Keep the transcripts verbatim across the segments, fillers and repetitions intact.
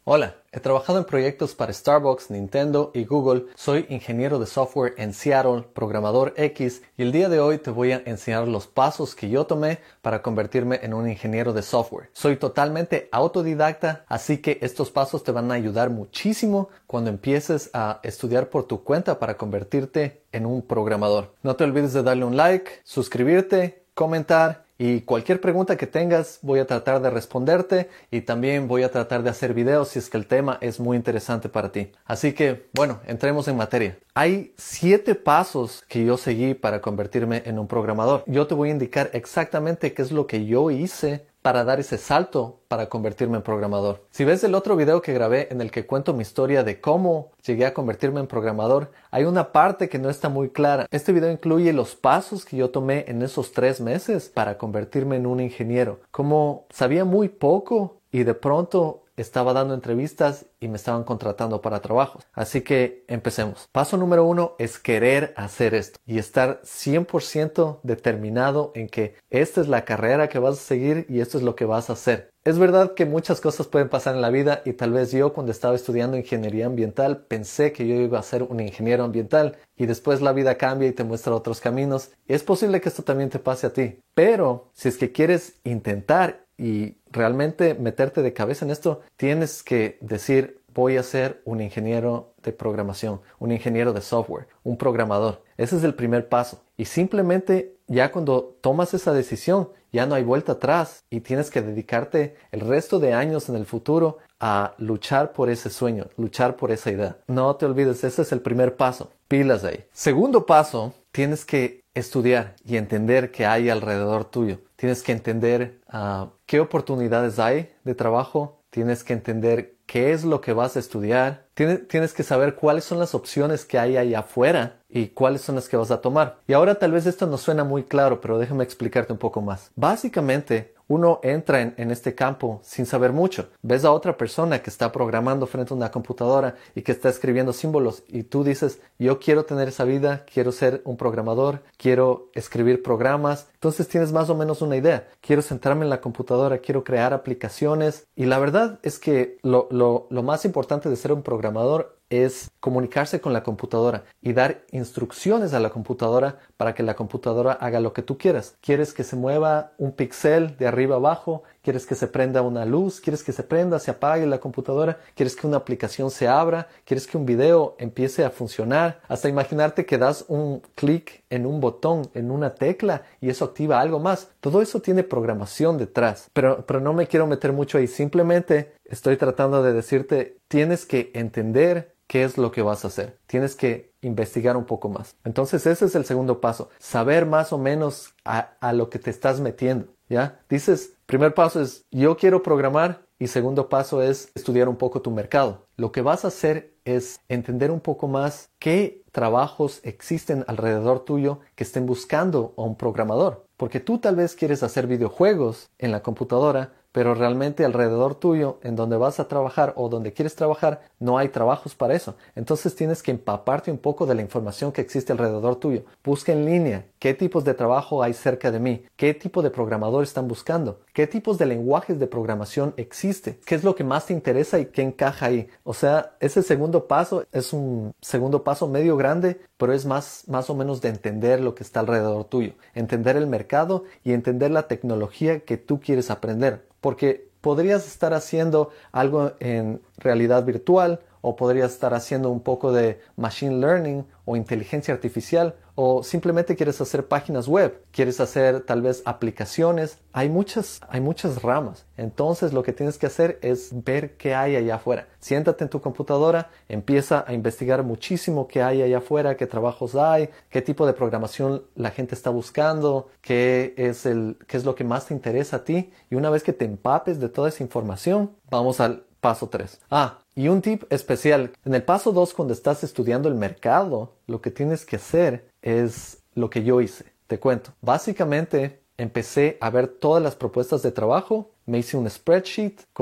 Hola, he trabajado en proyectos para Starbucks, Nintendo y Google. Soy ingeniero de software en Seattle, programador X, y el día de hoy te voy a enseñar los pasos que yo tomé para convertirme en un ingeniero de software. Soy totalmente autodidacta, así que estos pasos te van a ayudar muchísimo cuando empieces a estudiar por tu cuenta para convertirte en un programador. No te olvides de darle un like, suscribirte, comentar. Y cualquier pregunta que tengas voy a tratar de responderte y también voy a tratar de hacer videos si es que el tema es muy interesante para ti. Así que, bueno, entremos en materia. Hay siete pasos que yo seguí para convertirme en un programador. Yo te voy a indicar exactamente qué es lo que yo hice para dar ese salto para convertirme en programador. Si ves el otro video que grabé en el que cuento mi historia de cómo llegué a convertirme en programador, hay una parte que no está muy clara. Este video incluye los pasos que yo tomé en esos tres meses para convertirme en un ingeniero. Como sabía muy poco y de pronto estaba dando entrevistas y me estaban contratando para trabajos. Así que empecemos. Paso número uno es querer hacer esto y estar cien por ciento determinado en que esta es la carrera que vas a seguir y esto es lo que vas a hacer. Es verdad que muchas cosas pueden pasar en la vida y tal vez yo cuando estaba estudiando ingeniería ambiental pensé que yo iba a ser un ingeniero ambiental y después la vida cambia y te muestra otros caminos. Y es posible que esto también te pase a ti. Pero si es que quieres intentar y realmente meterte de cabeza en esto, tienes que decir: voy a ser un ingeniero de programación, un ingeniero de software, un programador. Ese es el primer paso. Y simplemente ya cuando tomas esa decisión, ya no hay vuelta atrás y tienes que dedicarte el resto de años en el futuro a luchar por ese sueño, luchar por esa idea. No te olvides, ese es el primer paso. Pilas ahí. Segundo paso, tienes que estudiar y entender qué hay alrededor tuyo. Tienes que entender uh, qué oportunidades hay de trabajo. Tienes que entender qué es lo que vas a estudiar. Tienes, tienes que saber cuáles son las opciones que hay allá afuera y cuáles son las que vas a tomar. Y ahora tal vez esto no suena muy claro, pero déjame explicarte un poco más. Básicamente, uno entra en, en este campo sin saber mucho. Ves a otra persona que está programando frente a una computadora y que está escribiendo símbolos y tú dices: yo quiero tener esa vida, quiero ser un programador, quiero escribir programas. Entonces tienes más o menos una idea. Quiero sentarme en la computadora, quiero crear aplicaciones. Y la verdad es que lo, lo, lo más importante de ser un programador es comunicarse con la computadora y dar instrucciones a la computadora para que la computadora haga lo que tú quieras. ¿Quieres que se mueva un píxel de arriba abajo? ¿Quieres que se prenda una luz? ¿Quieres que se prenda, se apague la computadora? ¿Quieres que una aplicación se abra? ¿Quieres que un video empiece a funcionar? Hasta imaginarte que das un clic en un botón, en una tecla, y eso activa algo más. Todo eso tiene programación detrás. Pero, pero no me quiero meter mucho ahí. Simplemente estoy tratando de decirte, tienes que entender qué es lo que vas a hacer. Tienes que investigar un poco más. Entonces ese es el segundo paso. Saber más o menos a, a lo que te estás metiendo. ¿Ya? Dices, primer paso es yo quiero programar y segundo paso es estudiar un poco tu mercado. Lo que vas a hacer es entender un poco más qué trabajos existen alrededor tuyo que estén buscando a un programador. Porque tú tal vez quieres hacer videojuegos en la computadora, pero realmente alrededor tuyo, en donde vas a trabajar o donde quieres trabajar, no hay trabajos para eso. Entonces tienes que empaparte un poco de la información que existe alrededor tuyo. Busca en línea qué tipos de trabajo hay cerca de mí, qué tipo de programador están buscando, qué tipos de lenguajes de programación existe, qué es lo que más te interesa y qué encaja ahí. O sea, ese segundo paso es un segundo paso medio grande, pero es más, más o menos de entender lo que está alrededor tuyo, entender el mercado y entender la tecnología que tú quieres aprender. Porque podrías estar haciendo algo en realidad virtual o podrías estar haciendo un poco de machine learning o inteligencia artificial o simplemente quieres hacer páginas web, quieres hacer tal vez aplicaciones. Hay muchas, hay muchas ramas. Entonces lo que tienes que hacer es ver qué hay allá afuera. Siéntate en tu computadora, empieza a investigar muchísimo qué hay allá afuera, qué trabajos hay, qué tipo de programación la gente está buscando, qué es, el, qué es lo que más te interesa a ti. Y una vez que te empapes de toda esa información, vamos al paso tres. Ah, y un tip especial. En el paso dos, cuando estás estudiando el mercado, lo que tienes que hacer es lo que yo hice. Te cuento. Básicamente, empecé a ver todas las propuestas de trabajo, me hice un spreadsheet con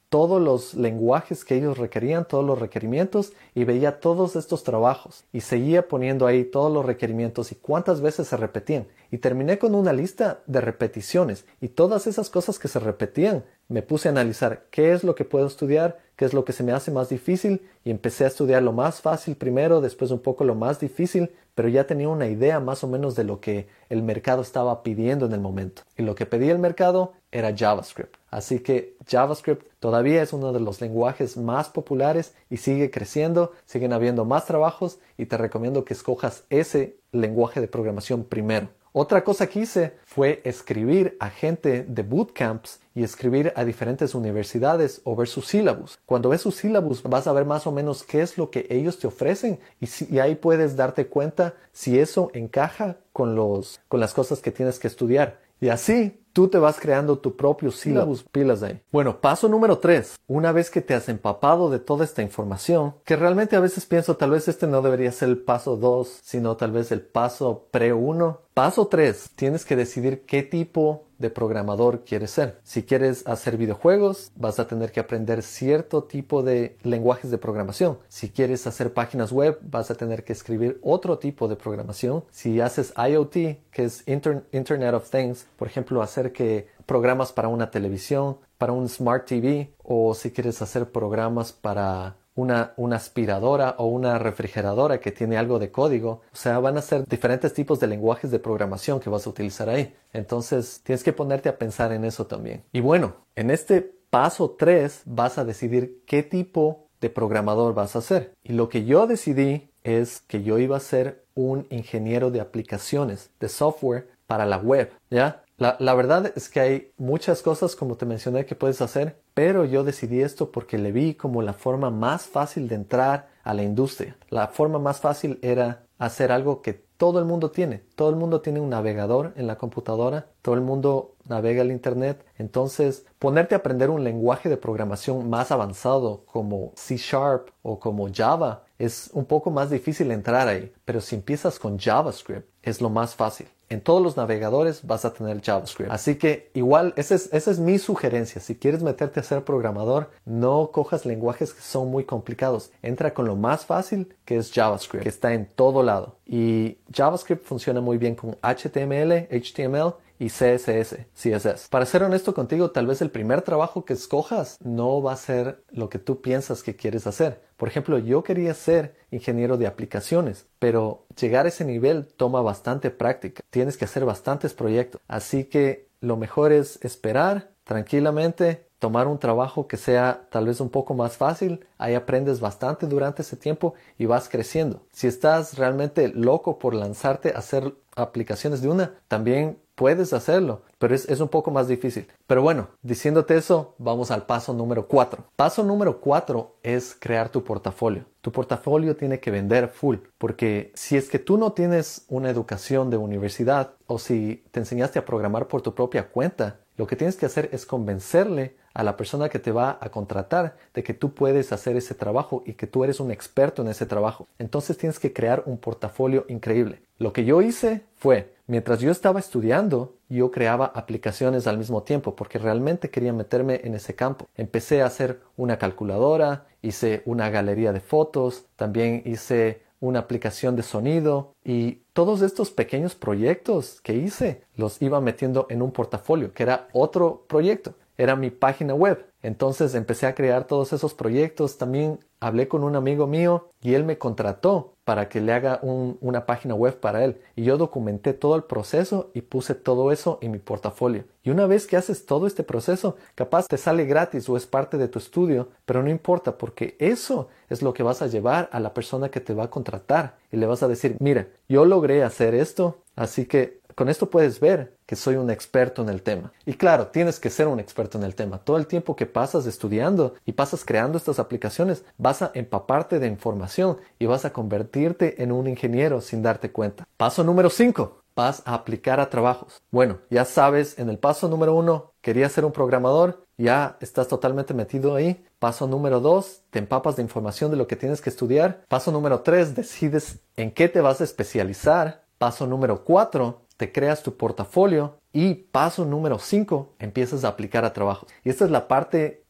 todos los lenguajes que ellos requerían, todos los requerimientos, y veía todos estos trabajos y seguía poniendo ahí todos los requerimientos y cuántas veces se repetían. Y terminé con una lista de repeticiones y todas esas cosas que se repetían. Me puse a analizar qué es lo que puedo estudiar, qué es lo que se me hace más difícil, y empecé a estudiar lo más fácil primero, después un poco lo más difícil, pero ya tenía una idea más o menos de lo que el mercado estaba pidiendo en el momento. Y lo que pedía el mercado era JavaScript. Así que JavaScript todavía es uno de los lenguajes más populares y sigue creciendo, siguen habiendo más trabajos y te recomiendo que escojas ese lenguaje de programación primero. Otra cosa que hice fue escribir a gente de bootcamps y escribir a diferentes universidades o ver sus sílabus. Cuando ves sus sílabus vas a ver más o menos qué es lo que ellos te ofrecen y, si, y ahí puedes darte cuenta si eso encaja con, los, con las cosas que tienes que estudiar. Y así tú te vas creando tu propio sílabus, pilas ahí. Bueno, paso número tres. Una vez que te has empapado de toda esta información, que realmente a veces pienso tal vez este no debería ser el paso dos, sino tal vez el paso pre uno. Paso tres. Tienes que decidir qué tipo de programador quieres ser. Si quieres hacer videojuegos, vas a tener que aprender cierto tipo de lenguajes de programación. Si quieres hacer páginas web, vas a tener que escribir otro tipo de programación. Si haces I O T, que es Inter- Internet of Things, por ejemplo, hacer que programas para una televisión, para un Smart T V, o si quieres hacer programas para Una, una aspiradora o una refrigeradora que tiene algo de código. O sea, van a ser diferentes tipos de lenguajes de programación que vas a utilizar ahí. Entonces, tienes que ponerte a pensar en eso también. Y bueno, en este paso tres vas a decidir qué tipo de programador vas a ser. Y lo que yo decidí es que yo iba a ser un ingeniero de aplicaciones, de software para la web, ¿ya? La, la verdad es que hay muchas cosas, como te mencioné, que puedes hacer, pero yo decidí esto porque le vi como la forma más fácil de entrar a la industria. La forma más fácil era hacer algo que todo el mundo tiene. Todo el mundo tiene un navegador en la computadora, todo el mundo navega el internet. Entonces, ponerte a aprender un lenguaje de programación más avanzado como C Sharp o como Java es un poco más difícil entrar ahí, pero si empiezas con JavaScript es lo más fácil. En todos los navegadores vas a tener JavaScript. Así que igual, esa es, esa es mi sugerencia. Si quieres meterte a ser programador, no cojas lenguajes que son muy complicados. Entra con lo más fácil, que es JavaScript, que está en todo lado. Y JavaScript funciona muy bien con H T M L, H T M L y C S S, C S S. Para ser honesto contigo, tal vez el primer trabajo que escojas no va a ser lo que tú piensas que quieres hacer. Por ejemplo, yo quería ser ingeniero de aplicaciones, pero llegar a ese nivel toma bastante práctica. Tienes que hacer bastantes proyectos. Así que lo mejor es esperar tranquilamente, tomar un trabajo que sea tal vez un poco más fácil. Ahí aprendes bastante durante ese tiempo y vas creciendo. Si estás realmente loco por lanzarte a hacer aplicaciones de una, también puedes hacerlo, pero es, es un poco más difícil. Pero bueno, diciéndote eso, vamos al paso número cuatro. Paso número cuatro es crear tu portafolio. Tu portafolio tiene que vender full, porque si es que tú no tienes una educación de universidad o si te enseñaste a programar por tu propia cuenta, lo que tienes que hacer es convencerle a la persona que te va a contratar de que tú puedes hacer ese trabajo y que tú eres un experto en ese trabajo. Entonces tienes que crear un portafolio increíble. Lo que yo hice fue, mientras yo estaba estudiando, yo creaba aplicaciones al mismo tiempo porque realmente quería meterme en ese campo. Empecé a hacer una calculadora, hice una galería de fotos, también hice una aplicación de sonido y todos estos pequeños proyectos que hice los iba metiendo en un portafolio que era otro proyecto. Era mi página web. Entonces empecé a crear todos esos proyectos. También hablé con un amigo mío y él me contrató para que le haga un, una página web para él. Y yo documenté todo el proceso y puse todo eso en mi portafolio. Y una vez que haces todo este proceso, capaz te sale gratis o es parte de tu estudio, pero no importa porque eso es lo que vas a llevar a la persona que te va a contratar. Y le vas a decir, mira, yo logré hacer esto, así que con esto puedes ver que soy un experto en el tema. Y claro, tienes que ser un experto en el tema. Todo el tiempo que pasas estudiando y pasas creando estas aplicaciones, vas a empaparte de información y vas a convertirte en un ingeniero sin darte cuenta. Paso número cinco. Vas a aplicar a trabajos. Bueno, ya sabes, en el paso número uno, querías ser un programador, ya estás totalmente metido ahí. Paso número dos, te empapas de información de lo que tienes que estudiar. Paso número tres, decides en qué te vas a especializar. Paso número cuatro, te creas tu portafolio. Y paso número cinco, empiezas a aplicar a trabajos. Y esta es la parte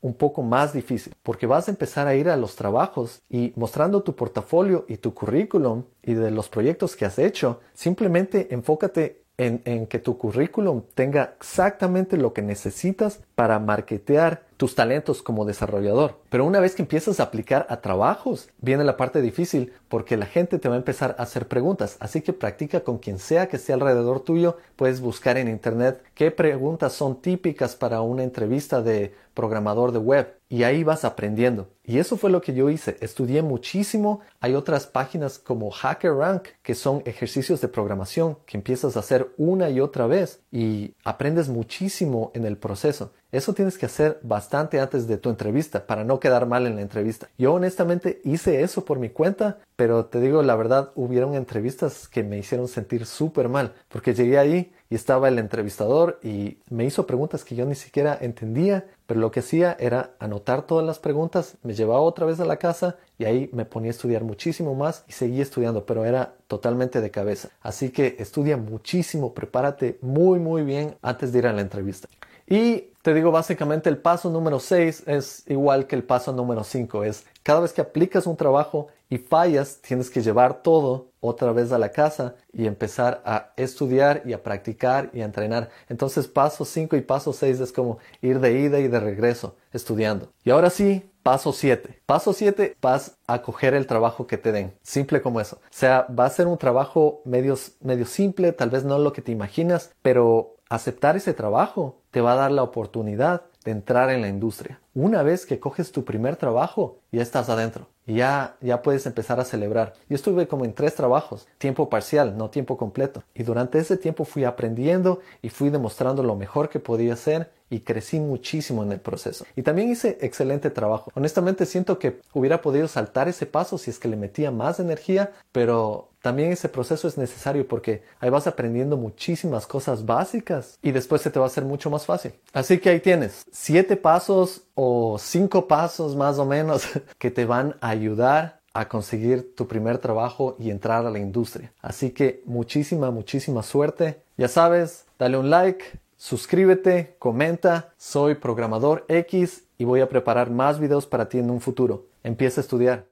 un poco más difícil, porque vas a empezar a ir a los trabajos y mostrando tu portafolio y tu currículum y de los proyectos que has hecho, simplemente enfócate en, en que tu currículum tenga exactamente lo que necesitas para marketear tus talentos como desarrollador. Pero una vez que empiezas a aplicar a trabajos, viene la parte difícil porque la gente te va a empezar a hacer preguntas. Así que practica con quien sea que esté alrededor tuyo. Puedes buscar en internet qué preguntas son típicas para una entrevista de programador de web y ahí vas aprendiendo. Y eso fue lo que yo hice. Estudié muchísimo. Hay otras páginas como HackerRank que son ejercicios de programación que empiezas a hacer una y otra vez y aprendes muchísimo en el proceso. Eso tienes que hacer bastante antes de tu entrevista para no quedar mal en la entrevista. Yo honestamente hice eso por mi cuenta, pero te digo la verdad, hubieron entrevistas que me hicieron sentir súper mal porque llegué ahí y estaba el entrevistador y me hizo preguntas que yo ni siquiera entendía, pero lo que hacía era anotar todas las preguntas, me llevaba otra vez a la casa y ahí me ponía a estudiar muchísimo más y seguía estudiando, pero era totalmente de cabeza. Así que estudia muchísimo, prepárate muy muy bien antes de ir a la entrevista. Y te digo, básicamente el paso número seis es igual que el paso número cinco. Es cada vez que aplicas un trabajo y fallas, tienes que llevar todo otra vez a la casa y empezar a estudiar y a practicar y a entrenar. Entonces paso cinco y paso seis es como ir de ida y de regreso estudiando. Y ahora sí, paso siete. Paso siete, vas a coger el trabajo que te den. Simple como eso. O sea, va a ser un trabajo medio, medio simple, tal vez no lo que te imaginas, pero aceptar ese trabajo te va a dar la oportunidad de entrar en la industria. Una vez que coges tu primer trabajo, ya estás adentro. Y ya, ya puedes empezar a celebrar. Yo estuve como en tres trabajos, tiempo parcial, no tiempo completo. Y durante ese tiempo fui aprendiendo y fui demostrando lo mejor que podía hacer y crecí muchísimo en el proceso. Y también hice excelente trabajo. Honestamente siento que hubiera podido saltar ese paso si es que le metía más energía, pero también ese proceso es necesario porque ahí vas aprendiendo muchísimas cosas básicas y después se te va a hacer mucho más fácil. Así que ahí tienes siete pasos o cinco pasos más o menos que te van a ayudar a conseguir tu primer trabajo y entrar a la industria. Así que muchísima, muchísima suerte. Ya sabes, dale un like, suscríbete, comenta. Soy Programador X y voy a preparar más videos para ti en un futuro. Empieza a estudiar.